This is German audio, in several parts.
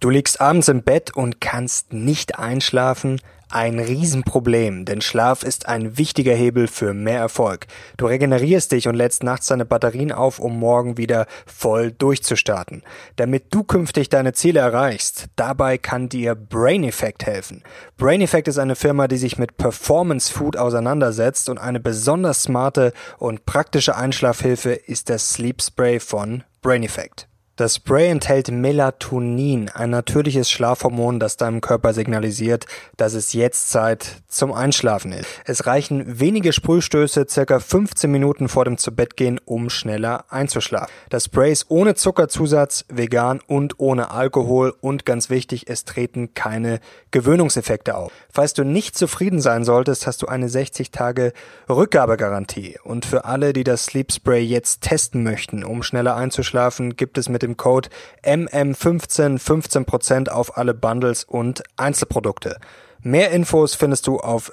Du liegst abends im Bett und kannst nicht einschlafen? Ein Riesenproblem, denn Schlaf ist ein wichtiger Hebel für mehr Erfolg. Du regenerierst dich und lädst nachts deine Batterien auf, um morgen wieder voll durchzustarten. Damit du künftig deine Ziele erreichst, dabei kann dir Brain Effect helfen. Brain Effect ist eine Firma, die sich mit Performance Food auseinandersetzt, und eine besonders smarte und praktische Einschlafhilfe ist das Sleep Spray von Brain Effect. Das Spray enthält Melatonin, ein natürliches Schlafhormon, das deinem Körper signalisiert, dass es jetzt Zeit zum Einschlafen ist. Es reichen wenige Sprühstöße, circa 15 Minuten vor dem Zubettgehen, um schneller einzuschlafen. Das Spray ist ohne Zuckerzusatz, vegan und ohne Alkohol, und ganz wichtig, es treten keine Gewöhnungseffekte auf. Falls du nicht zufrieden sein solltest, hast du eine 60-Tage-Rückgabegarantie. Und für alle, die das Sleep Spray jetzt testen möchten, um schneller einzuschlafen, gibt es mit dem Code MM15 15% auf alle Bundles und Einzelprodukte. Mehr Infos findest du auf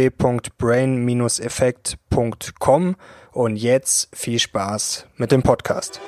www.brain-effekt.com, und jetzt viel Spaß mit dem Podcast.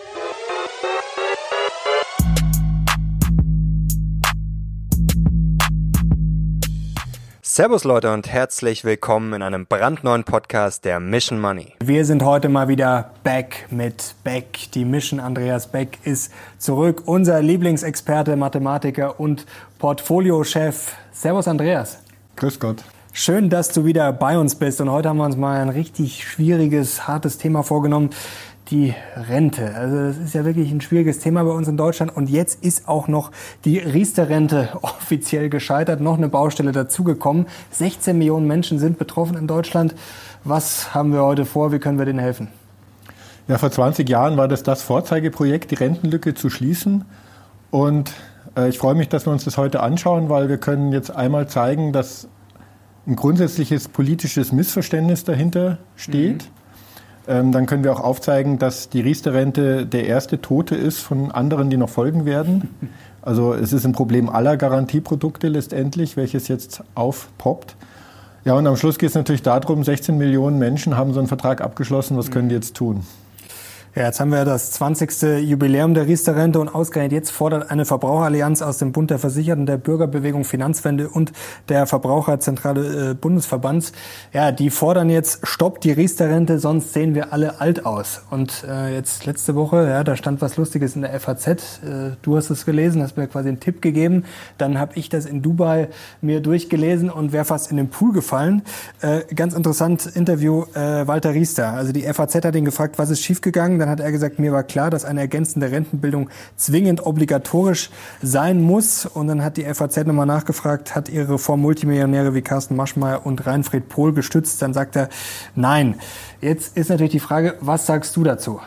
Servus Leute und herzlich willkommen in einem brandneuen Podcast der Mission Money. Wir sind heute mal wieder back mit Beck. Die Mission Andreas Beck ist zurück, unser Lieblingsexperte, Mathematiker und Portfoliochef. Servus Andreas. Grüß Gott. Schön, dass du wieder bei uns bist, und heute haben wir uns mal ein richtig schwieriges, hartes Thema vorgenommen. Die Rente. Also das ist ja wirklich ein schwieriges Thema bei uns in Deutschland, und jetzt ist auch noch die Riester-Rente offiziell gescheitert, noch eine Baustelle dazugekommen. 16 Millionen Menschen sind betroffen in Deutschland. Was haben wir heute vor? Wie können wir denen helfen? Ja, vor 20 Jahren war das Vorzeigeprojekt, die Rentenlücke zu schließen, und ich freue mich, dass wir uns das heute anschauen, weil wir können jetzt einmal zeigen, dass ein grundsätzliches politisches Missverständnis dahinter steht. Dann können wir auch aufzeigen, dass die Riester-Rente der erste Tote ist von anderen, die noch folgen werden. Also es ist ein Problem aller Garantieprodukte letztendlich, welches jetzt aufpoppt. Ja, und am Schluss geht es natürlich darum, 16 Millionen Menschen haben so einen Vertrag abgeschlossen. Was können die jetzt tun? Ja, jetzt haben wir das 20. Jubiläum der Riester-Rente, und ausgerechnet jetzt fordert eine Verbraucherallianz aus dem Bund der Versicherten, der Bürgerbewegung Finanzwende und der Verbraucherzentrale Bundesverbands, ja, die fordern jetzt, stoppt die Riester-Rente, sonst sehen wir alle alt aus. Und jetzt letzte Woche, ja, da stand was Lustiges in der FAZ. Du hast es gelesen, hast mir quasi einen Tipp gegeben. Dann habe ich das in Dubai mir durchgelesen und wäre fast in den Pool gefallen. Ganz interessant Interview, Walter Riester. Also die FAZ hat ihn gefragt, was ist schiefgegangen? Dann hat er gesagt, mir war klar, dass eine ergänzende Rentenbildung zwingend obligatorisch sein muss. Und dann hat die FAZ nochmal nachgefragt, hat ihre Reform Multimillionäre wie Carsten Maschmeyer und Reinfried Pohl gestützt? Dann sagt er, nein. Jetzt ist natürlich die Frage, was sagst du dazu?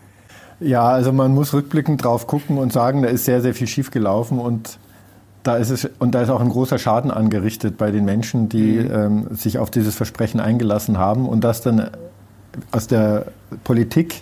Ja, also man muss rückblickend drauf gucken und sagen, da ist sehr, sehr viel schiefgelaufen, und da ist auch ein großer Schaden angerichtet bei den Menschen, die sich auf dieses Versprechen eingelassen haben, und dass dann aus der Politik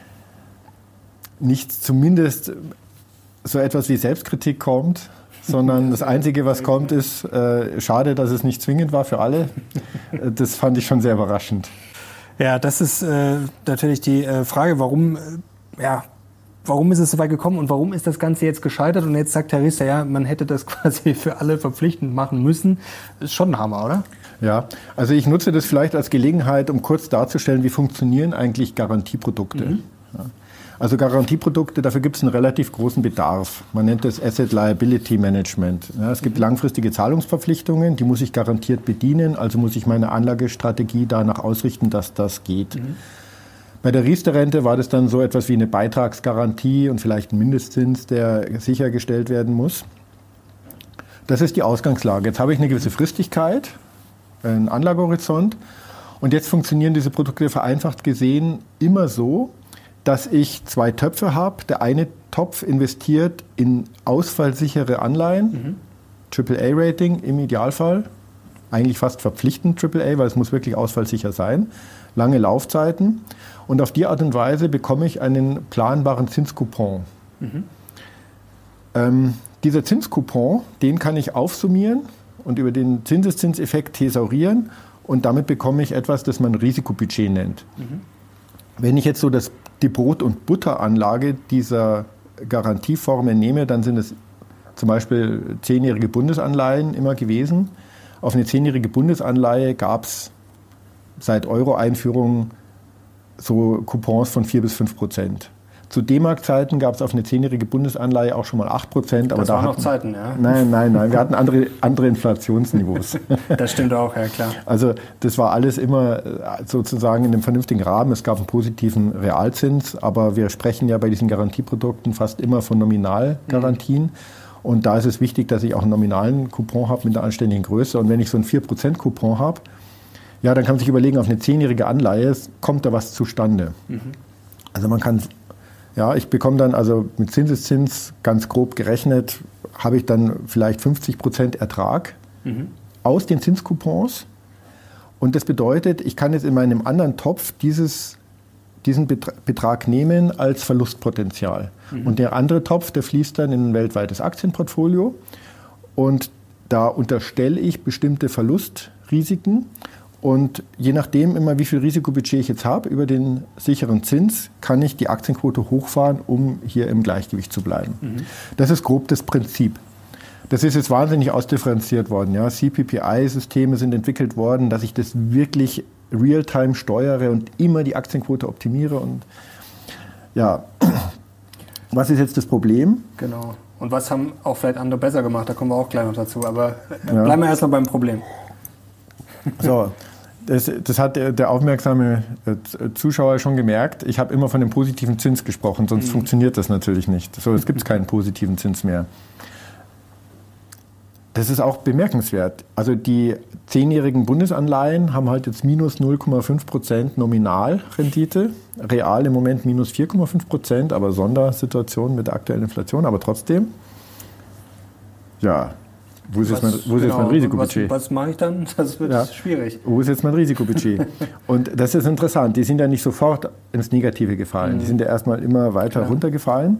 nicht zumindest so etwas wie Selbstkritik kommt, sondern das Einzige, was kommt, ist, schade, dass es nicht zwingend war für alle. Das fand ich schon sehr überraschend. Ja, das ist natürlich die Frage, warum ist es so weit gekommen und warum ist das Ganze jetzt gescheitert? Und jetzt sagt Herr Riester, ja, man hätte das quasi für alle verpflichtend machen müssen. Das ist schon ein Hammer, oder? Ja, also ich nutze das vielleicht als Gelegenheit, um kurz darzustellen, wie funktionieren eigentlich Garantieprodukte. Ja. Also Garantieprodukte, dafür gibt es einen relativ großen Bedarf. Man nennt das Asset Liability Management. Ja, es gibt langfristige Zahlungsverpflichtungen, die muss ich garantiert bedienen, also muss ich meine Anlagestrategie danach ausrichten, dass das geht. Bei der Riester-Rente war das dann so etwas wie eine Beitragsgarantie und vielleicht ein Mindestzins, der sichergestellt werden muss. Das ist die Ausgangslage. Jetzt habe ich eine gewisse Fristigkeit, einen Anlagehorizont, und jetzt funktionieren diese Produkte vereinfacht gesehen immer so, dass ich zwei Töpfe habe. Der eine Topf investiert in ausfallsichere Anleihen, AAA-Rating im Idealfall, eigentlich fast verpflichtend AAA, weil es muss wirklich ausfallsicher sein, lange Laufzeiten, und auf die Art und Weise bekomme ich einen planbaren Zinscoupon. Dieser Zinscoupon, den kann ich aufsummieren und über den Zinseszinseffekt thesaurieren, und damit bekomme ich etwas, das man Risikobudget nennt. Wenn ich jetzt so die Brot- und Butteranlage dieser Garantieformen nehme, dann sind es zum Beispiel 10-jährige Bundesanleihen immer gewesen. Auf eine 10-jährige Bundesanleihe gab es seit Euro-Einführung so Coupons von 4-5%. Zu D-Mark-Zeiten gab es auf eine 10-jährige Bundesanleihe auch schon mal 8%. Aber das waren noch Zeiten, ja? Nein, wir hatten andere Inflationsniveaus. Das stimmt auch, ja klar. Also das war alles immer sozusagen in einem vernünftigen Rahmen. Es gab einen positiven Realzins, aber wir sprechen ja bei diesen Garantieprodukten fast immer von Nominalgarantien. Und da ist es wichtig, dass ich auch einen nominalen Coupon habe mit einer anständigen Größe. Und wenn ich so einen 4% Coupon habe, ja, dann kann man sich überlegen, auf eine 10-jährige Anleihe kommt da was zustande. Also man kann... Ja, ich bekomme dann also mit Zinseszins ganz grob gerechnet, habe ich dann vielleicht 50% Ertrag aus den Zinscoupons. Und das bedeutet, ich kann jetzt in meinem anderen Topf diesen Betrag nehmen als Verlustpotenzial. Und der andere Topf, der fließt dann in ein weltweites Aktienportfolio. Und da unterstelle ich bestimmte Verlustrisiken. Und je nachdem immer, wie viel Risikobudget ich jetzt habe über den sicheren Zins, kann ich die Aktienquote hochfahren, um hier im Gleichgewicht zu bleiben. Das ist grob das Prinzip. Das ist jetzt wahnsinnig ausdifferenziert worden. Ja. CPPI-Systeme sind entwickelt worden, dass ich das wirklich real-time steuere und immer die Aktienquote optimiere. Und ja, was ist jetzt das Problem? Genau. Und was haben auch vielleicht andere besser gemacht? Da kommen wir auch gleich noch dazu. Aber bleiben wir erst noch beim Problem. So. Das hat der aufmerksame Zuschauer schon gemerkt. Ich habe immer von dem positiven Zins gesprochen, sonst funktioniert das natürlich nicht. So, es gibt keinen positiven Zins mehr. Das ist auch bemerkenswert. Also die 10-jährigen Bundesanleihen haben halt jetzt minus 0,5% Nominalrendite, real im Moment minus 4,5%, aber Sondersituation mit der aktuellen Inflation. Aber trotzdem, ja. Wo ist jetzt mein Risikobudget? Was mache ich dann? Das wird schwierig. Wo ist jetzt mein Risikobudget? Und das ist interessant. Die sind ja nicht sofort ins Negative gefallen. Die sind ja erstmal immer weiter runtergefallen.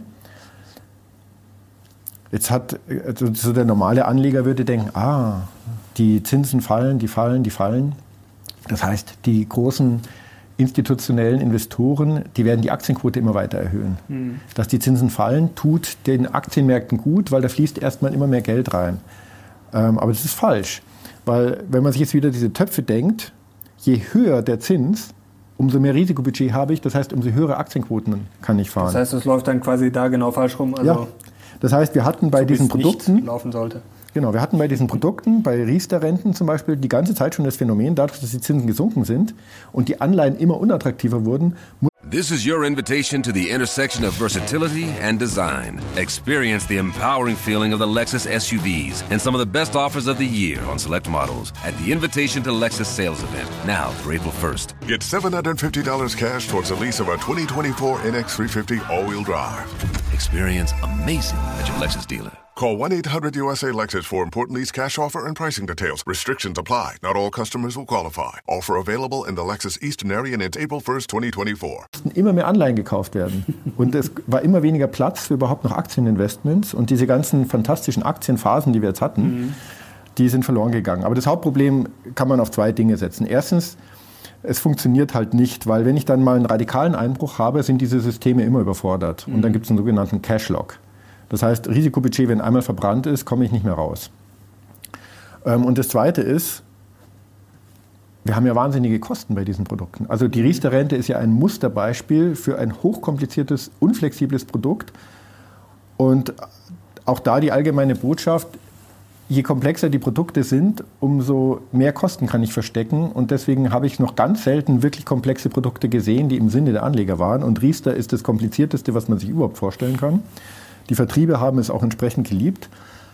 Jetzt hat so der normale Anleger würde denken, die Zinsen fallen, die fallen. Das heißt, die großen institutionellen Investoren, die werden die Aktienquote immer weiter erhöhen. Dass die Zinsen fallen, tut den Aktienmärkten gut, weil da fließt erstmal immer mehr Geld rein. Aber das ist falsch, weil wenn man sich jetzt wieder diese Töpfe denkt, je höher der Zins, umso mehr Risikobudget habe ich, das heißt, umso höhere Aktienquoten kann ich fahren. Das heißt, es läuft dann quasi da genau falsch rum? Also ja, das heißt, wir hatten bei diesen Produkten... Nicht laufen sollte. Genau, wir hatten bei diesen Produkten, bei Riester-Renten zum Beispiel, die ganze Zeit schon das Phänomen, dadurch, dass die Zinsen gesunken sind und die Anleihen immer unattraktiver wurden. This is your invitation to the intersection of versatility and design. Experience the empowering feeling of the Lexus SUVs and some of the best offers of the year on select models at the Invitation to Lexus sales event, now through April 1st. Get $750 cash towards the lease of a 2024 NX350 all-wheel drive. Experience amazing at your Lexus dealer. Call 1-800-USA-LEXUS for important lease cash offer and pricing details. Restrictions apply. Not all customers will qualify. Offer available in the Lexus Eastern area and it's April 1st, 2024. Immer mehr Anleihen gekauft werden. Und es war immer weniger Platz für überhaupt noch Aktieninvestments. Und diese ganzen fantastischen Aktienphasen, die wir jetzt hatten, die sind verloren gegangen. Aber das Hauptproblem kann man auf zwei Dinge setzen. Erstens, es funktioniert halt nicht, weil wenn ich dann mal einen radikalen Einbruch habe, sind diese Systeme immer überfordert. Und dann gibt es einen sogenannten Cash-Lock. Das heißt, Risikobudget, wenn einmal verbrannt ist, komme ich nicht mehr raus. Und das Zweite ist, wir haben ja wahnsinnige Kosten bei diesen Produkten. Also die Riester-Rente ist ja ein Musterbeispiel für ein hochkompliziertes, unflexibles Produkt. Und auch da die allgemeine Botschaft, je komplexer die Produkte sind, umso mehr Kosten kann ich verstecken. Und deswegen habe ich noch ganz selten wirklich komplexe Produkte gesehen, die im Sinne der Anleger waren. Und Riester ist das Komplizierteste, was man sich überhaupt vorstellen kann. Die Vertriebe haben es auch entsprechend geliebt.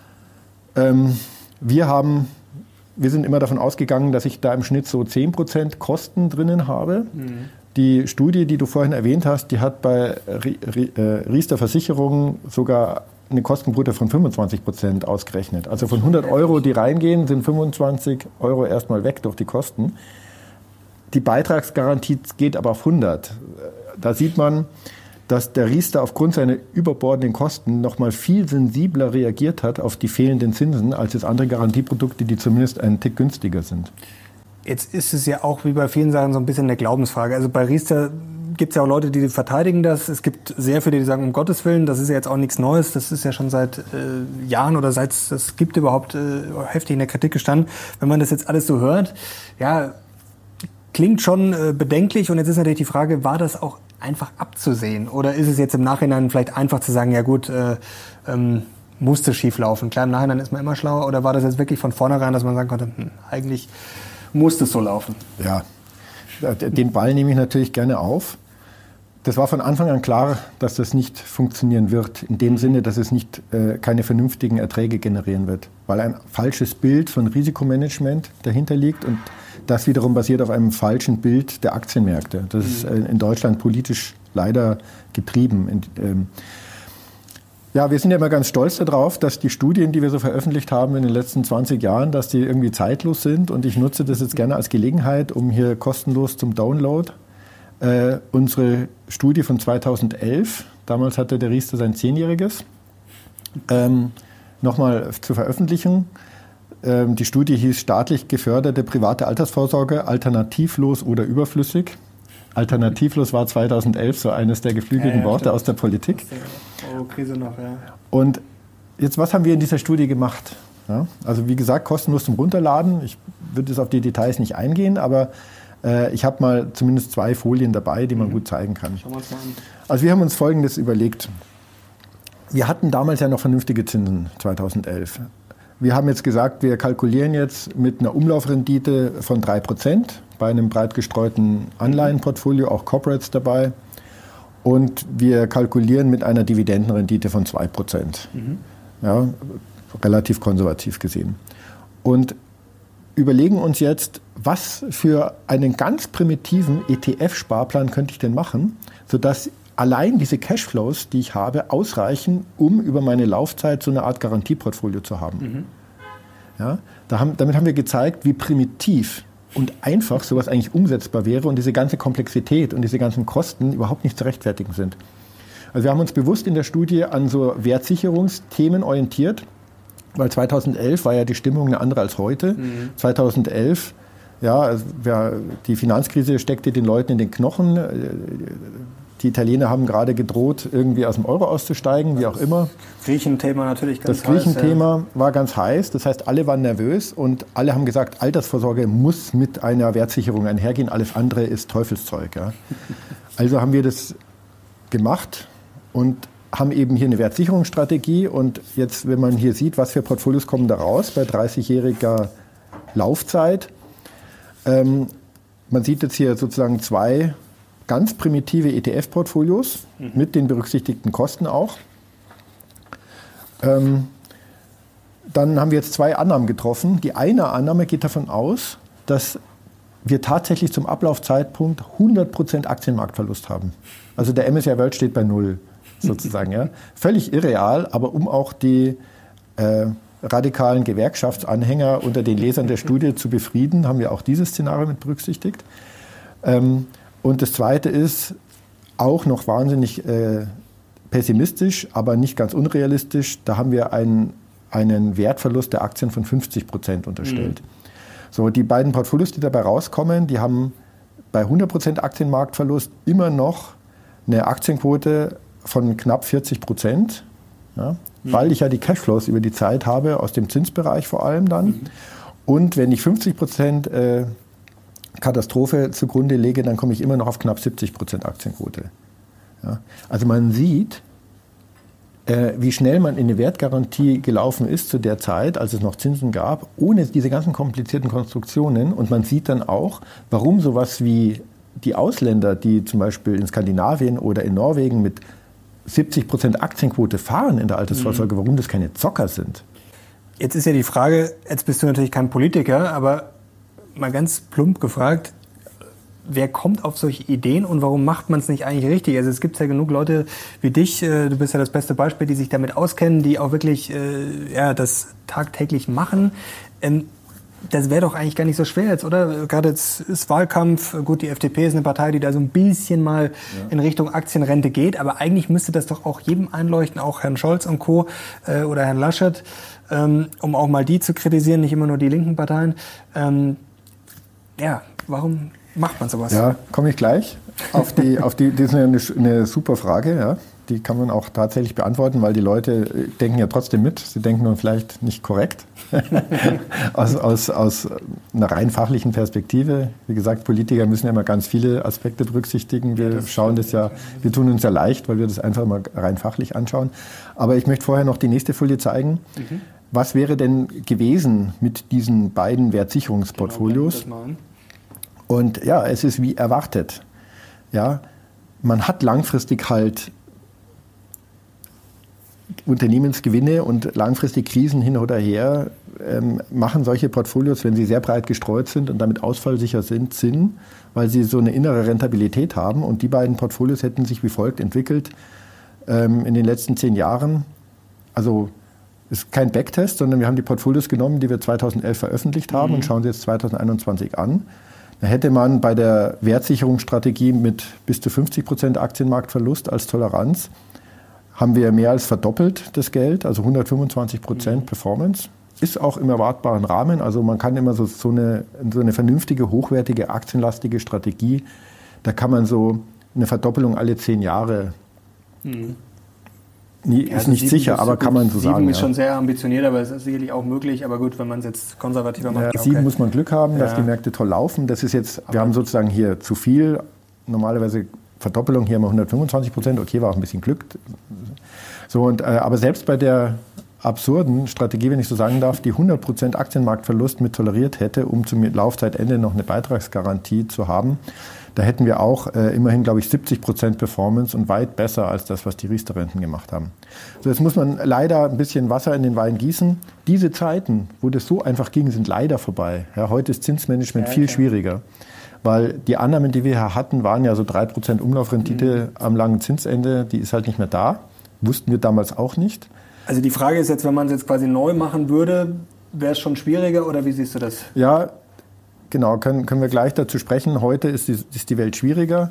Wir sind immer davon ausgegangen, dass ich da im Schnitt so 10% Kosten drinnen habe. Die Studie, die du vorhin erwähnt hast, die hat bei Riester Versicherungen sogar eine Kostenquote von 25% ausgerechnet. Also von 100 Euro, die reingehen, sind 25 Euro erstmal weg durch die Kosten. Die Beitragsgarantie geht aber auf 100. Da sieht man, dass der Riester aufgrund seiner überbordenden Kosten noch mal viel sensibler reagiert hat auf die fehlenden Zinsen als jetzt andere Garantieprodukte, die zumindest einen Tick günstiger sind. Jetzt ist es ja auch wie bei vielen Sachen so ein bisschen eine Glaubensfrage. Also bei Riester gibt es ja auch Leute, die verteidigen das. Es gibt sehr viele, die sagen, um Gottes Willen, das ist ja jetzt auch nichts Neues. Das ist ja schon seit Jahren oder seit es das gibt überhaupt heftig in der Kritik gestanden. Wenn man das jetzt alles so hört, ja, klingt schon bedenklich. Und jetzt ist natürlich die Frage, war das auch einfach abzusehen? Oder ist es jetzt im Nachhinein vielleicht einfach zu sagen, ja gut, musste schief laufen? Klar, im Nachhinein ist man immer schlauer. Oder war das jetzt wirklich von vornherein, dass man sagen konnte, eigentlich musste es so laufen? Ja, den Ball nehme ich natürlich gerne auf. Das war von Anfang an klar, dass das nicht funktionieren wird. In dem Sinne, dass es nicht keine vernünftigen Erträge generieren wird. Weil ein falsches Bild von Risikomanagement dahinter liegt und das wiederum basiert auf einem falschen Bild der Aktienmärkte. Das ist in Deutschland politisch leider getrieben. Ja, wir sind ja immer ganz stolz darauf, dass die Studien, die wir so veröffentlicht haben in den letzten 20 Jahren, dass die irgendwie zeitlos sind. Und ich nutze das jetzt gerne als Gelegenheit, um hier kostenlos zum Download unsere Studie von 2011, damals hatte der Riester sein 10-jähriges, nochmal zu veröffentlichen. Die Studie hieß staatlich geförderte private Altersvorsorge, alternativlos oder überflüssig. Alternativlos war 2011 so eines der geflügelten Worte aus der Politik. Krise noch, ja. Und jetzt, was haben wir in dieser Studie gemacht? Ja, also wie gesagt, kostenlos zum Runterladen. Ich würde jetzt auf die Details nicht eingehen, aber ich habe mal zumindest 2 Folien dabei, die man gut zeigen kann. Schauen wir uns mal an. Also wir haben uns Folgendes überlegt. Wir hatten damals ja noch vernünftige Zinsen, 2011. Wir haben jetzt gesagt, wir kalkulieren jetzt mit einer Umlaufrendite von 3% bei einem breit gestreuten Anleihenportfolio, auch Corporates dabei. Und wir kalkulieren mit einer Dividendenrendite von 2%. Ja, relativ konservativ gesehen. Und überlegen uns jetzt, was für einen ganz primitiven ETF-Sparplan könnte ich denn machen, sodass allein diese Cashflows, die ich habe, ausreichen, um über meine Laufzeit so eine Art Garantieportfolio zu haben. Ja, damit haben wir gezeigt, wie primitiv und einfach sowas eigentlich umsetzbar wäre und diese ganze Komplexität und diese ganzen Kosten überhaupt nicht zu rechtfertigen sind. Also wir haben uns bewusst in der Studie an so Wertsicherungsthemen orientiert, weil 2011 war ja die Stimmung eine andere als heute. 2011, ja, also die Finanzkrise steckte den Leuten in den Knochen. Die Italiener haben gerade gedroht, irgendwie aus dem Euro auszusteigen, wie auch immer. Griechenthema natürlich ganz heiß. Das Griechenthema war ganz heiß. Das heißt, alle waren nervös und alle haben gesagt, Altersvorsorge muss mit einer Wertsicherung einhergehen. Alles andere ist Teufelszeug. Ja. Also haben wir das gemacht und haben eben hier eine Wertsicherungsstrategie. Und jetzt, wenn man hier sieht, was für Portfolios kommen da raus bei 30-jähriger Laufzeit. Man sieht jetzt hier sozusagen 2 ganz primitive ETF-Portfolios mit den berücksichtigten Kosten auch. Dann haben wir jetzt 2 Annahmen getroffen. Die eine Annahme geht davon aus, dass wir tatsächlich zum Ablaufzeitpunkt 100% Aktienmarktverlust haben. Also der MSCI World steht bei 0 sozusagen. Ja. Völlig irreal, aber um auch die radikalen Gewerkschaftsanhänger unter den Lesern der Studie zu befrieden, haben wir auch dieses Szenario mit berücksichtigt. Und das Zweite ist auch noch wahnsinnig pessimistisch, aber nicht ganz unrealistisch. Da haben wir einen Wertverlust der Aktien von 50% unterstellt. So, die beiden Portfolios, die dabei rauskommen, die haben bei 100% Aktienmarktverlust immer noch eine Aktienquote von knapp 40%, ja, weil ich ja die Cashflows über die Zeit habe, aus dem Zinsbereich vor allem dann. Und wenn ich 50% Katastrophe zugrunde lege, dann komme ich immer noch auf knapp 70% Aktienquote. Ja. Also man sieht, wie schnell man in eine Wertgarantie gelaufen ist zu der Zeit, als es noch Zinsen gab, ohne diese ganzen komplizierten Konstruktionen. Und man sieht dann auch, warum sowas wie die Ausländer, die zum Beispiel in Skandinavien oder in Norwegen mit 70% Aktienquote fahren in der Altersvorsorge, warum das keine Zocker sind. Jetzt ist ja die Frage, jetzt bist du natürlich kein Politiker, aber mal ganz plump gefragt, wer kommt auf solche Ideen und warum macht man es nicht eigentlich richtig? Also es gibt ja genug Leute wie dich, du bist ja das beste Beispiel, die sich damit auskennen, die auch wirklich das tagtäglich machen. Das wäre doch eigentlich gar nicht so schwer jetzt, oder? Gerade jetzt ist Wahlkampf, gut, die FDP ist eine Partei, die da so ein bisschen mal in Richtung Aktienrente geht, aber eigentlich müsste das doch auch jedem einleuchten, auch Herrn Scholz und Co. Oder Herrn Laschet, um auch mal die zu kritisieren, nicht immer nur die linken Parteien. Warum macht man sowas? Ja, komme ich gleich. Das ist eine super Frage, ja. Die kann man auch tatsächlich beantworten, weil die Leute denken ja trotzdem mit. Sie denken nur vielleicht nicht korrekt. aus einer rein fachlichen Perspektive. Wie gesagt, Politiker müssen ja immer ganz viele Aspekte berücksichtigen. Wir tun uns ja leicht, weil wir das einfach mal rein fachlich anschauen. Aber ich möchte vorher noch die nächste Folie zeigen. Was wäre denn gewesen mit diesen beiden Wertsicherungsportfolios? Und ja, es ist wie erwartet. Ja, man hat langfristig halt Unternehmensgewinne und langfristig Krisen hin oder her, machen solche Portfolios, wenn sie sehr breit gestreut sind und damit ausfallsicher sind, Sinn, weil sie so eine innere Rentabilität haben. Und die beiden Portfolios hätten sich wie folgt entwickelt in den letzten 10 Jahren. Also ist kein Backtest, sondern wir haben die Portfolios genommen, die wir 2011 veröffentlicht haben und schauen sie jetzt 2021 an. Da hätte man bei der Wertsicherungsstrategie mit bis zu 50% Aktienmarktverlust als Toleranz, haben wir mehr als verdoppelt das Geld, also 125% Performance. Ist auch im erwartbaren Rahmen. Also man kann immer so eine vernünftige, hochwertige, aktienlastige Strategie, da kann man so eine Verdoppelung alle 10 Jahre, ist nicht sicher, aber kann man so sagen. 7 ist schon sehr ambitioniert, aber es ist sicherlich auch möglich. Aber gut, wenn man es jetzt konservativer macht. 7 muss man Glück haben, dass die Märkte toll laufen. Das ist jetzt, wir haben sozusagen hier zu viel. Normalerweise Verdoppelung, hier haben wir 125%. Okay, war auch ein bisschen Glück. So, aber selbst bei der absurden Strategie, wenn ich so sagen darf, die 100% Aktienmarktverlust mit toleriert hätte, um zum Laufzeitende noch eine Beitragsgarantie zu haben, da hätten wir auch immerhin, glaube ich, 70% Performance und weit besser als das, was die Riester-Renten gemacht haben. So, jetzt muss man leider ein bisschen Wasser in den Wein gießen. Diese Zeiten, wo das so einfach ging, sind leider vorbei. Ja, heute ist Zinsmanagement viel schwieriger. Weil die Annahmen, die wir hier hatten, waren ja so 3% Umlaufrendite am langen Zinsende. Die ist halt nicht mehr da. Wussten wir damals auch nicht. Also die Frage ist jetzt, wenn man es jetzt quasi neu machen würde, wäre es schon schwieriger oder wie siehst du das? Ja, genau, können wir gleich dazu sprechen. Heute ist die Welt schwieriger.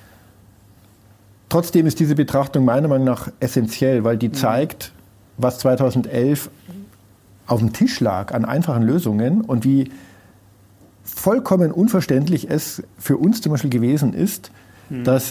Trotzdem ist diese Betrachtung meiner Meinung nach essentiell, weil die zeigt, was 2011 auf dem Tisch lag an einfachen Lösungen und wie vollkommen unverständlich es für uns zum Beispiel gewesen ist, dass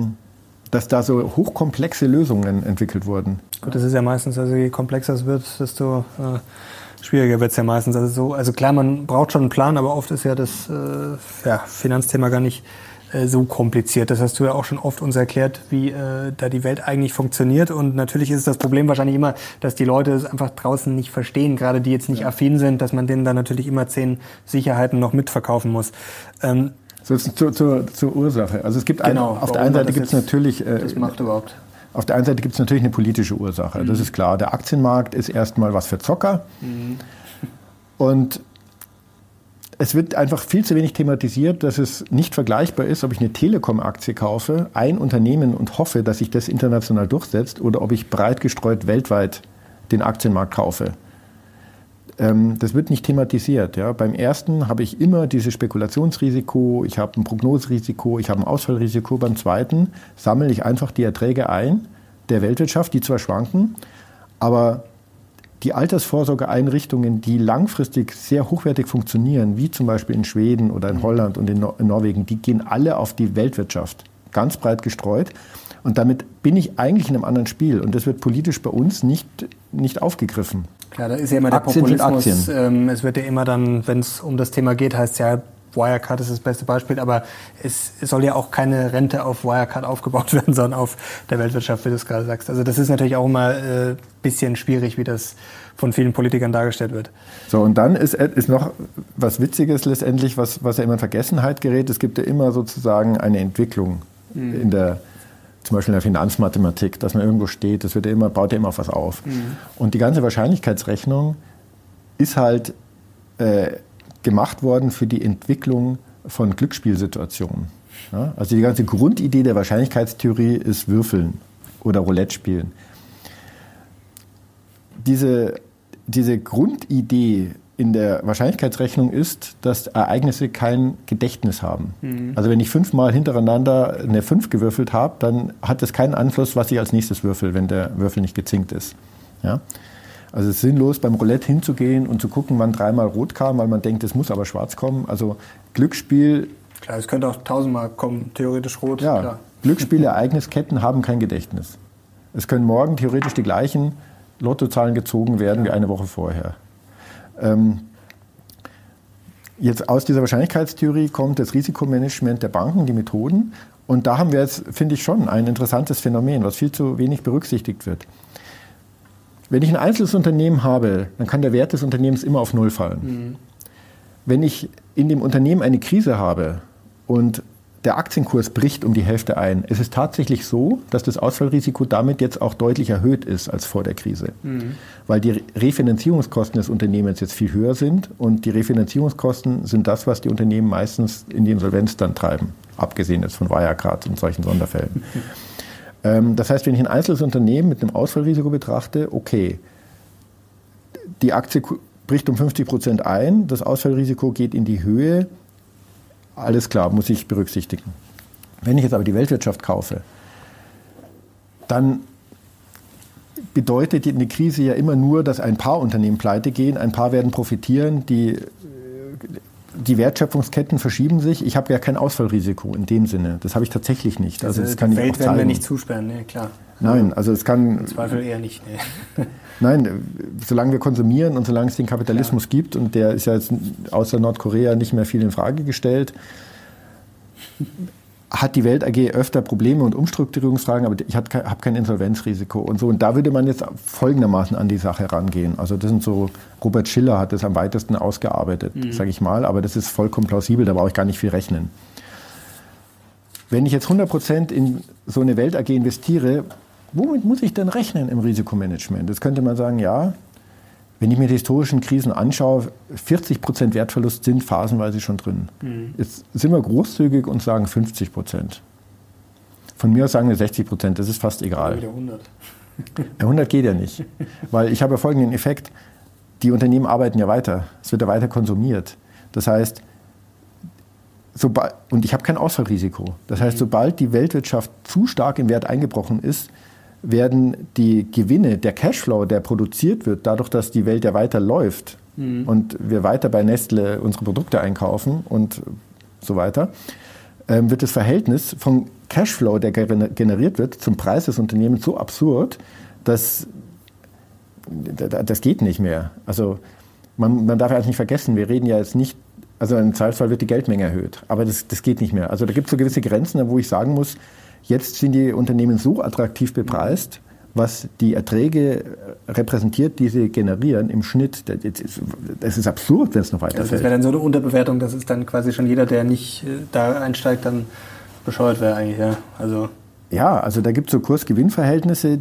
da so hochkomplexe Lösungen entwickelt wurden. Gut, das ist ja meistens, also je komplexer es wird, desto schwieriger wird es ja meistens. Also klar, man braucht schon einen Plan, aber oft ist ja das Finanzthema gar nicht so kompliziert. Das hast du ja auch schon oft uns erklärt, wie da die Welt eigentlich funktioniert. Und natürlich ist das Problem wahrscheinlich immer, dass die Leute es einfach draußen nicht verstehen, gerade die jetzt nicht affin sind, dass man denen dann natürlich immer 10 Sicherheiten noch mitverkaufen muss. So zur Ursache. Also es gibt auf der einen Seite gibt es natürlich Auf der einen Seite gibt es natürlich eine politische Ursache. Das ist klar. Der Aktienmarkt ist erstmal was für Zocker. Und es wird einfach viel zu wenig thematisiert, dass es nicht vergleichbar ist, ob ich eine Telekom-Aktie kaufe, ein Unternehmen und hoffe, dass sich das international durchsetzt, oder ob ich breit gestreut weltweit den Aktienmarkt kaufe. Das wird nicht thematisiert. Ja. Beim ersten habe ich immer dieses Spekulationsrisiko, ich habe ein Prognoserisiko, ich habe ein Ausfallrisiko. Beim zweiten sammle ich einfach die Erträge ein der Weltwirtschaft, die zwar schwanken, aber die Altersvorsorgeeinrichtungen, die langfristig sehr hochwertig funktionieren, wie zum Beispiel in Schweden oder in Holland und in Norwegen, die gehen alle auf die Weltwirtschaft, ganz breit gestreut. Und damit bin ich eigentlich in einem anderen Spiel. Und das wird politisch bei uns nicht aufgegriffen. Klar, da ist ja immer der Populismus. Es wird ja immer dann, wenn es um das Thema geht, heißt es ja, Wirecard ist das beste Beispiel, aber es soll ja auch keine Rente auf Wirecard aufgebaut werden, sondern auf der Weltwirtschaft, wie du es gerade sagst. Also das ist natürlich auch immer ein bisschen schwierig, wie das von vielen Politikern dargestellt wird. So, und dann ist noch was Witziges letztendlich, was ja immer in Vergessenheit gerät. Es gibt ja immer sozusagen eine Entwicklung zum Beispiel in der Finanzmathematik, dass man irgendwo steht, baut ja immer auf was auf. Und die ganze Wahrscheinlichkeitsrechnung ist halt gemacht worden für die Entwicklung von Glücksspielsituationen. Ja? Also die ganze Grundidee der Wahrscheinlichkeitstheorie ist Würfeln oder Roulette spielen. Diese Grundidee in der Wahrscheinlichkeitsrechnung ist, dass Ereignisse kein Gedächtnis haben. Also wenn ich 5-mal hintereinander eine 5 gewürfelt habe, dann hat das keinen Einfluss, was ich als nächstes würfel, wenn der Würfel nicht gezinkt ist. Ja? Also es ist sinnlos, beim Roulette hinzugehen und zu gucken, wann 3-mal rot kam, weil man denkt, es muss aber schwarz kommen. Also Glücksspiel Klar, es könnte auch 1000-mal kommen, theoretisch rot. Ja, klar. Glücksspielereignisketten haben kein Gedächtnis. Es können morgen theoretisch die gleichen Lottozahlen gezogen werden wie eine Woche vorher. Jetzt aus dieser Wahrscheinlichkeitstheorie kommt das Risikomanagement der Banken, die Methoden. Und da haben wir jetzt, finde ich, schon ein interessantes Phänomen, was viel zu wenig berücksichtigt wird. Wenn ich ein einzelnes Unternehmen habe, dann kann der Wert des Unternehmens immer auf Null fallen. Mhm. Wenn ich in dem Unternehmen eine Krise habe und der Aktienkurs bricht um die Hälfte ein, es ist tatsächlich so, dass das Ausfallrisiko damit jetzt auch deutlich erhöht ist als vor der Krise. Mhm. Weil die Refinanzierungskosten des Unternehmens jetzt viel höher sind und die Refinanzierungskosten sind das, was die Unternehmen meistens in die Insolvenz dann treiben, abgesehen jetzt von Wirecard und solchen Sonderfällen. Das heißt, wenn ich ein einzelnes Unternehmen mit einem Ausfallrisiko betrachte, okay, die Aktie bricht um 50% ein, das Ausfallrisiko geht in die Höhe, alles klar, muss ich berücksichtigen. Wenn ich jetzt aber die Weltwirtschaft kaufe, dann bedeutet eine Krise ja immer nur, dass ein paar Unternehmen pleite gehen, ein paar werden profitieren, die Wertschöpfungsketten verschieben sich. Ich habe ja kein Ausfallrisiko in dem Sinne. Das habe ich tatsächlich nicht. Also das kann die Welt werden wir nicht zusperren, ne, klar. Nein, also es kann... Im Zweifel eher nicht, ne. Nein, solange wir konsumieren und solange es den Kapitalismus gibt, und der ist ja jetzt außer Nordkorea nicht mehr viel in Frage gestellt, hat die Welt AG öfter Probleme und Umstrukturierungsfragen, aber ich habe kein Insolvenzrisiko und so. Und da würde man jetzt folgendermaßen an die Sache rangehen. Also das sind so, Robert Schiller hat das am weitesten ausgearbeitet, sage ich mal, aber das ist vollkommen plausibel, da brauche ich gar nicht viel rechnen. Wenn ich jetzt 100% in so eine Welt AG investiere, womit muss ich denn rechnen im Risikomanagement? Jetzt könnte man sagen, ja, wenn ich mir die historischen Krisen anschaue, 40% Wertverlust sind phasenweise schon drin. Mhm. Jetzt sind wir großzügig und sagen 50%. Von mir aus sagen wir 60%, das ist fast egal. Wieder 100. 100 geht ja nicht, weil ich habe ja folgenden Effekt, die Unternehmen arbeiten ja weiter, es wird ja weiter konsumiert. Das heißt, und ich habe kein Ausfallrisiko. Das heißt, sobald die Weltwirtschaft zu stark im Wert eingebrochen ist, werden die Gewinne, der Cashflow, der produziert wird, dadurch, dass die Welt ja weiter läuft und wir weiter bei Nestle unsere Produkte einkaufen und so weiter, wird das Verhältnis vom Cashflow, der generiert wird, zum Preis des Unternehmens so absurd, dass das geht nicht mehr. Also man darf ja eigentlich nicht vergessen, wir reden ja jetzt nicht, also im Zweifelsfall wird die Geldmenge erhöht, aber das geht nicht mehr. Also da gibt es so gewisse Grenzen, wo ich sagen muss, jetzt sind die Unternehmen so attraktiv bepreist, was die Erträge repräsentiert, die sie generieren im Schnitt. Das ist absurd, wenn es noch weiterfällt. Also das wäre dann so eine Unterbewertung, dass es dann quasi schon jeder, der nicht da einsteigt, dann bescheuert wäre eigentlich. Ja, also da gibt es so Kurs-Gewinn-Verhältnisse,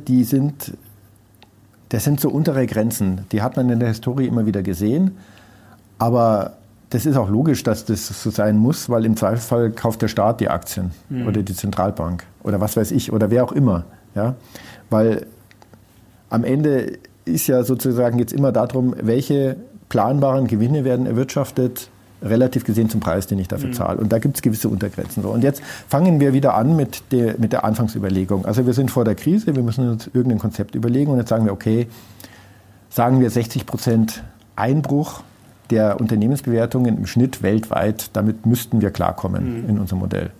das sind so untere Grenzen. Die hat man in der Historie immer wieder gesehen, aber das ist auch logisch, dass das so sein muss, weil im Zweifelsfall kauft der Staat die Aktien oder die Zentralbank oder was weiß ich oder wer auch immer. Ja? Weil am Ende ist ja sozusagen jetzt immer darum, welche planbaren Gewinne werden erwirtschaftet, relativ gesehen zum Preis, den ich dafür zahle. Und da gibt es gewisse Untergrenzen. Und jetzt fangen wir wieder an mit der Anfangsüberlegung. Also wir sind vor der Krise, wir müssen uns irgendein Konzept überlegen und jetzt sagen wir, okay, sagen wir 60% Einbruch der Unternehmensbewertungen im Schnitt weltweit, damit müssten wir klarkommen in unserem Modell.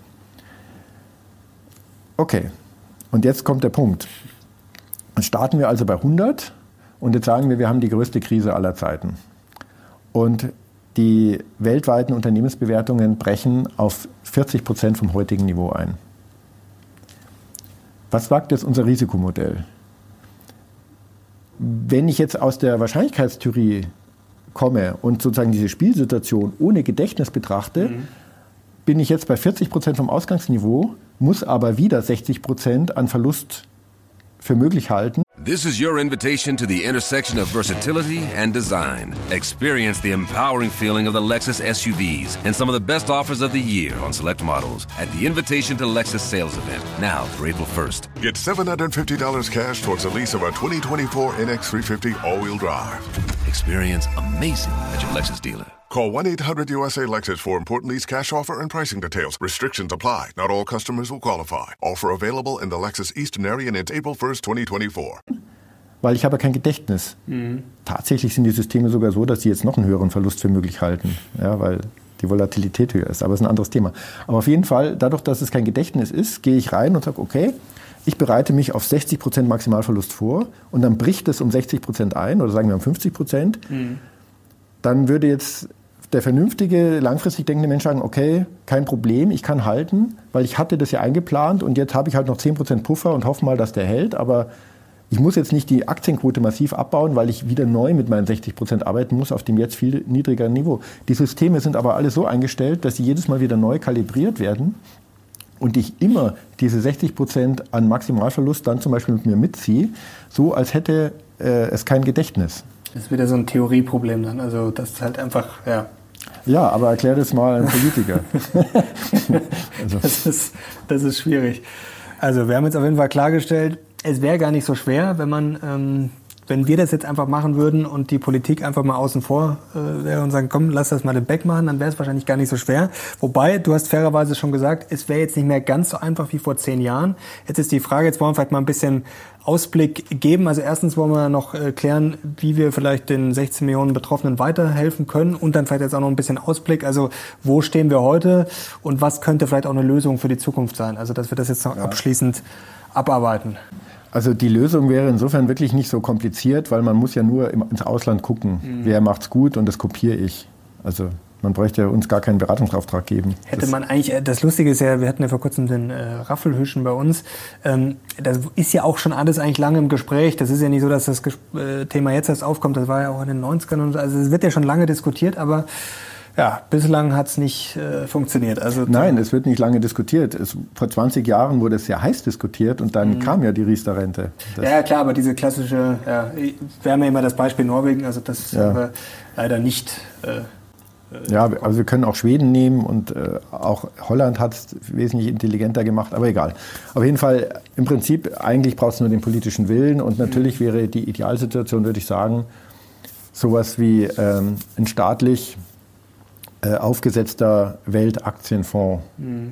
Okay, und jetzt kommt der Punkt. Dann starten wir also bei 100 und jetzt sagen wir haben die größte Krise aller Zeiten. Und die weltweiten Unternehmensbewertungen brechen auf 40% vom heutigen Niveau ein. Was sagt jetzt unser Risikomodell? Wenn ich jetzt aus der Wahrscheinlichkeitstheorie komme und sozusagen diese Spielsituation ohne Gedächtnis betrachte, bin ich jetzt bei 40% vom Ausgangsniveau, muss aber wieder 60% an Verlust für möglich halten. This is your invitation to the intersection of versatility and design. Experience the empowering feeling of the Lexus SUVs and some of the best offers of the year on select models at the Invitation to Lexus sales event, now through April 1st. Get $750 cash towards the lease of a 2024 NX350 all-wheel drive. Experience amazing at your Lexus dealer. Call 1-800-USA-LEXUS for important lease cash offer and pricing details. Restrictions apply. Not all customers will qualify. Offer available in the Lexus Eastern area and it's April 1st, 2024. Weil ich habe kein Gedächtnis. Tatsächlich sind die Systeme sogar so, dass sie jetzt noch einen höheren Verlust für möglich halten. Ja, weil die Volatilität höher ist. Aber das ist ein anderes Thema. Aber auf jeden Fall, dadurch, dass es kein Gedächtnis ist, gehe ich rein und sage, okay, ich bereite mich auf 60% Maximalverlust vor und dann bricht es um 60% ein oder sagen wir um 50%. Dann würde jetzt der vernünftige, langfristig denkende Mensch sagen, okay, kein Problem, ich kann halten, weil ich hatte das ja eingeplant und jetzt habe ich halt noch 10% Puffer und hoffe mal, dass der hält, aber ich muss jetzt nicht die Aktienquote massiv abbauen, weil ich wieder neu mit meinen 60% arbeiten muss auf dem jetzt viel niedrigeren Niveau. Die Systeme sind aber alle so eingestellt, dass sie jedes Mal wieder neu kalibriert werden und ich immer diese 60% an Maximalverlust dann zum Beispiel mit mir mitziehe, so als hätte es kein Gedächtnis. Das ist wieder so ein Theorieproblem dann, also das ist halt einfach, ja. Ja, aber erklär das mal einem Politiker. Also. Das ist schwierig. Also wir haben jetzt auf jeden Fall klargestellt, es wäre gar nicht so schwer, wenn wir das jetzt einfach machen würden und die Politik einfach mal außen vor wäre und sagen, komm, lass das mal den Beck machen, dann wäre es wahrscheinlich gar nicht so schwer. Wobei, du hast fairerweise schon gesagt, es wäre jetzt nicht mehr ganz so einfach wie vor 10 Jahren. Jetzt ist die Frage, jetzt wollen wir vielleicht mal ein bisschen Ausblick geben. Also erstens wollen wir noch klären, wie wir vielleicht den 16 Millionen Betroffenen weiterhelfen können und dann vielleicht jetzt auch noch ein bisschen Ausblick. Also wo stehen wir heute und was könnte vielleicht auch eine Lösung für die Zukunft sein? Also dass wir das jetzt noch abschließend abarbeiten. Also die Lösung wäre insofern wirklich nicht so kompliziert, weil man muss ja nur ins Ausland gucken, wer macht's gut und das kopiere ich. Also man bräuchte uns gar keinen Beratungsauftrag geben. Hätte man eigentlich, das Lustige ist ja, wir hatten ja vor kurzem den Raffelhüschen bei uns. Das ist ja auch schon alles eigentlich lange im Gespräch. Das ist ja nicht so, dass das Thema jetzt erst aufkommt. Das war ja auch in den 90ern. Und so. Also es wird ja schon lange diskutiert, aber ja, bislang hat es nicht funktioniert. Also nein, es wird nicht lange diskutiert. Vor 20 Jahren wurde es sehr heiß diskutiert und dann kam ja die Riester-Rente. Ja, klar, aber diese klassische, wir haben ja immer das Beispiel Norwegen, also das haben wir leider nicht. Ja, also wir können auch Schweden nehmen und auch Holland hat es wesentlich intelligenter gemacht, aber egal. Auf jeden Fall, im Prinzip, eigentlich braucht es nur den politischen Willen und natürlich wäre die Idealsituation, würde ich sagen, sowas wie ein staatlich aufgesetzter Weltaktienfonds.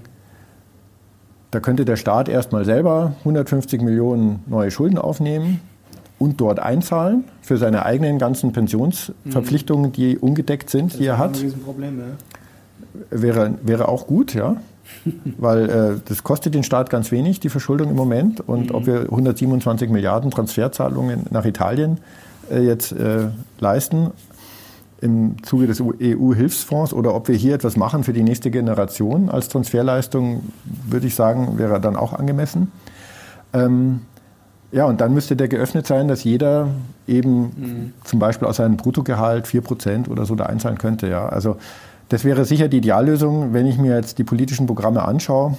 Da könnte der Staat erstmal selber 150 Millionen neue Schulden aufnehmen und dort einzahlen für seine eigenen ganzen Pensionsverpflichtungen, die ungedeckt sind, die er hat. Das ist ein Riesenproblem, ja. Wäre auch gut, ja. Weil das kostet den Staat ganz wenig, die Verschuldung im Moment. Und ob wir 127 Milliarden Transferzahlungen nach Italien jetzt leisten, im Zuge des EU-Hilfsfonds oder ob wir hier etwas machen für die nächste Generation als Transferleistung, würde ich sagen, wäre dann auch angemessen. Ja, und dann müsste der geöffnet sein, dass jeder eben zum Beispiel aus seinem Bruttogehalt 4% oder so da einzahlen könnte. Ja. Also das wäre sicher die Ideallösung. Wenn ich mir jetzt die politischen Programme anschaue,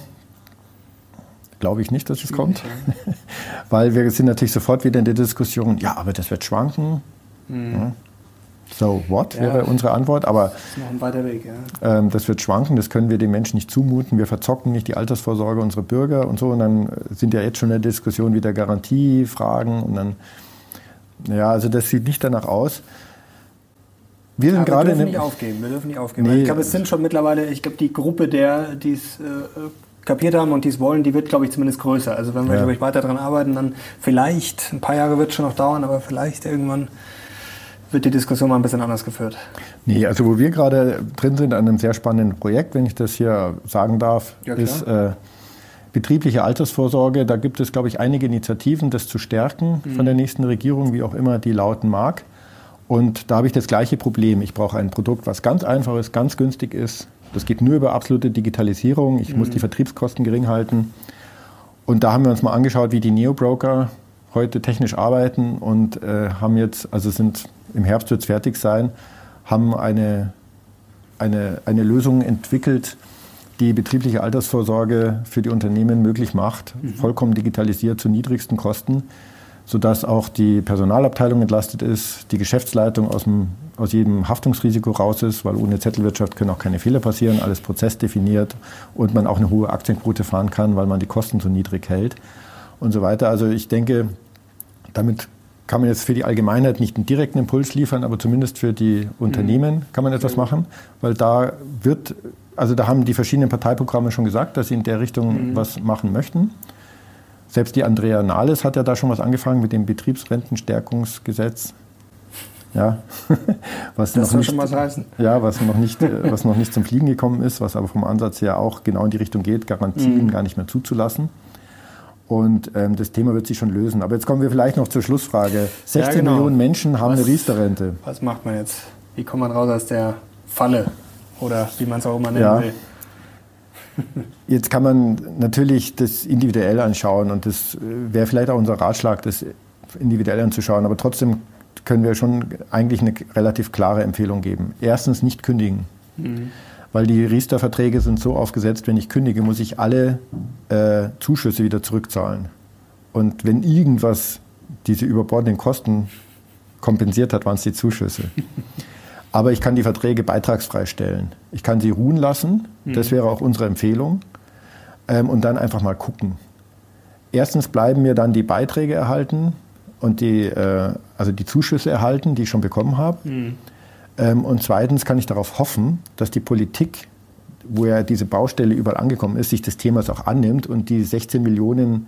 glaube ich nicht, dass es kommt. Weil wir sind natürlich sofort wieder in der Diskussion, ja, aber das wird schwanken. Ja. So what, wäre unsere Antwort. Aber das ist noch ein weiter Weg, ja. Das wird schwanken, das können wir den Menschen nicht zumuten. Wir verzocken nicht die Altersvorsorge unserer Bürger und so. Und dann sind ja jetzt schon in der Diskussion wieder Garantiefragen. Und dann, ja, also das sieht nicht danach aus. Wir sind gerade wir dürfen nicht aufgeben. Nee. Ich glaube, es sind schon mittlerweile, die Gruppe die es kapiert haben und die es wollen, die wird, glaube ich, zumindest größer. Also wenn wir, glaube ich, weiter daran arbeiten, dann vielleicht, ein paar Jahre wird es schon noch dauern, aber vielleicht irgendwann wird die Diskussion mal ein bisschen anders geführt. Nee, also wo wir gerade drin sind an einem sehr spannenden Projekt, wenn ich das hier sagen darf, ist betriebliche Altersvorsorge. Da gibt es, glaube ich, einige Initiativen, das zu stärken von der nächsten Regierung, wie auch immer die lauten mag. Und da habe ich das gleiche Problem. Ich brauche ein Produkt, was ganz einfach ist, ganz günstig ist. Das geht nur über absolute Digitalisierung. Ich muss die Vertriebskosten gering halten. Und da haben wir uns mal angeschaut, wie die Neo-Broker heute technisch arbeiten und haben jetzt, also im Herbst wird es fertig sein, haben eine Lösung entwickelt, die betriebliche Altersvorsorge für die Unternehmen möglich macht, vollkommen digitalisiert zu niedrigsten Kosten, sodass auch die Personalabteilung entlastet ist, die Geschäftsleitung aus jedem Haftungsrisiko raus ist, weil ohne Zettelwirtschaft können auch keine Fehler passieren, alles prozessdefiniert und man auch eine hohe Aktienquote fahren kann, weil man die Kosten so niedrig hält und so weiter. Also ich denke, damit kann man jetzt für die Allgemeinheit nicht einen direkten Impuls liefern, aber zumindest für die Unternehmen kann man etwas machen, weil da haben die verschiedenen Parteiprogramme schon gesagt, dass sie in der Richtung was machen möchten. Selbst die Andrea Nahles hat ja da schon was angefangen mit dem Betriebsrentenstärkungsgesetz. Ja, Was das noch soll nicht, schon was heißen. Ja, was noch nicht zum Fliegen gekommen ist, was aber vom Ansatz her auch genau in die Richtung geht, Garantien gar nicht mehr zuzulassen. Und das Thema wird sich schon lösen. Aber jetzt kommen wir vielleicht noch zur Schlussfrage. 16 Millionen Menschen haben eine Riester-Rente. Was macht man jetzt? Wie kommt man raus aus der Falle? Oder wie man es auch immer nennen will. Jetzt kann man natürlich das individuell anschauen. Und das wäre vielleicht auch unser Ratschlag, das individuell anzuschauen. Aber trotzdem können wir schon eigentlich eine relativ klare Empfehlung geben. Erstens nicht kündigen. Weil die Riester-Verträge sind so aufgesetzt, wenn ich kündige, muss ich alle Zuschüsse wieder zurückzahlen. Und wenn irgendwas diese überbordenden Kosten kompensiert hat, waren es die Zuschüsse. Aber ich kann die Verträge beitragsfrei stellen. Ich kann sie ruhen lassen, das wäre auch unsere Empfehlung, und dann einfach mal gucken. Erstens bleiben mir dann die Beiträge erhalten und die Zuschüsse erhalten, die ich schon bekommen habe. Und zweitens kann ich darauf hoffen, dass die Politik, wo ja diese Baustelle überall angekommen ist, sich des Themas auch annimmt und die 16 Millionen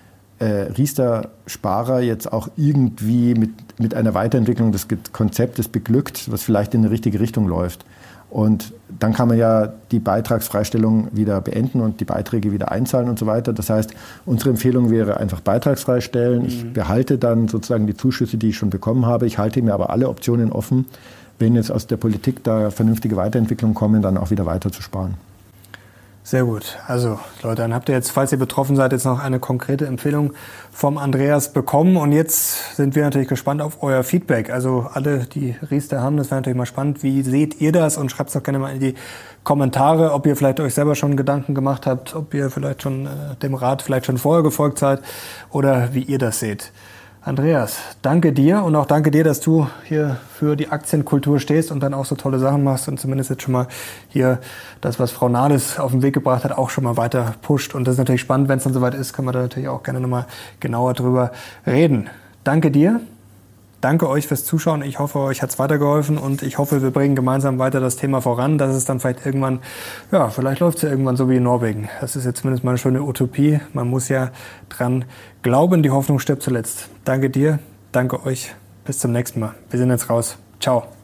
Riester-Sparer jetzt auch irgendwie mit einer Weiterentwicklung des Konzeptes beglückt, was vielleicht in die richtige Richtung läuft. Und dann kann man ja die Beitragsfreistellung wieder beenden und die Beiträge wieder einzahlen und so weiter. Das heißt, unsere Empfehlung wäre einfach beitragsfrei stellen. Ich behalte dann sozusagen die Zuschüsse, die ich schon bekommen habe. Ich halte mir aber alle Optionen offen, wenn jetzt aus der Politik da vernünftige Weiterentwicklungen kommen, dann auch wieder weiter zu sparen. Sehr gut. Also Leute, dann habt ihr jetzt, falls ihr betroffen seid, jetzt noch eine konkrete Empfehlung vom Andreas bekommen. Und jetzt sind wir natürlich gespannt auf euer Feedback. Also alle, die Riester haben, das wäre natürlich mal spannend. Wie seht ihr das? Und schreibt es doch gerne mal in die Kommentare, ob ihr vielleicht euch selber schon Gedanken gemacht habt, ob ihr vielleicht schon dem Rat vielleicht schon vorher gefolgt seid oder wie ihr das seht. Andreas, danke dir und auch danke dir, dass du hier für die Aktienkultur stehst und dann auch so tolle Sachen machst und zumindest jetzt schon mal hier das, was Frau Nahles auf den Weg gebracht hat, auch schon mal weiter pusht. Und das ist natürlich spannend, wenn es dann soweit ist, können wir da natürlich auch gerne nochmal genauer drüber reden. Danke dir. Danke euch fürs Zuschauen. Ich hoffe, euch hat's weitergeholfen und ich hoffe, wir bringen gemeinsam weiter das Thema voran, dass es dann vielleicht irgendwann, vielleicht läuft's ja irgendwann so wie in Norwegen. Das ist jetzt zumindest mal eine schöne Utopie. Man muss ja dran glauben, die Hoffnung stirbt zuletzt. Danke dir, danke euch. Bis zum nächsten Mal. Wir sind jetzt raus. Ciao.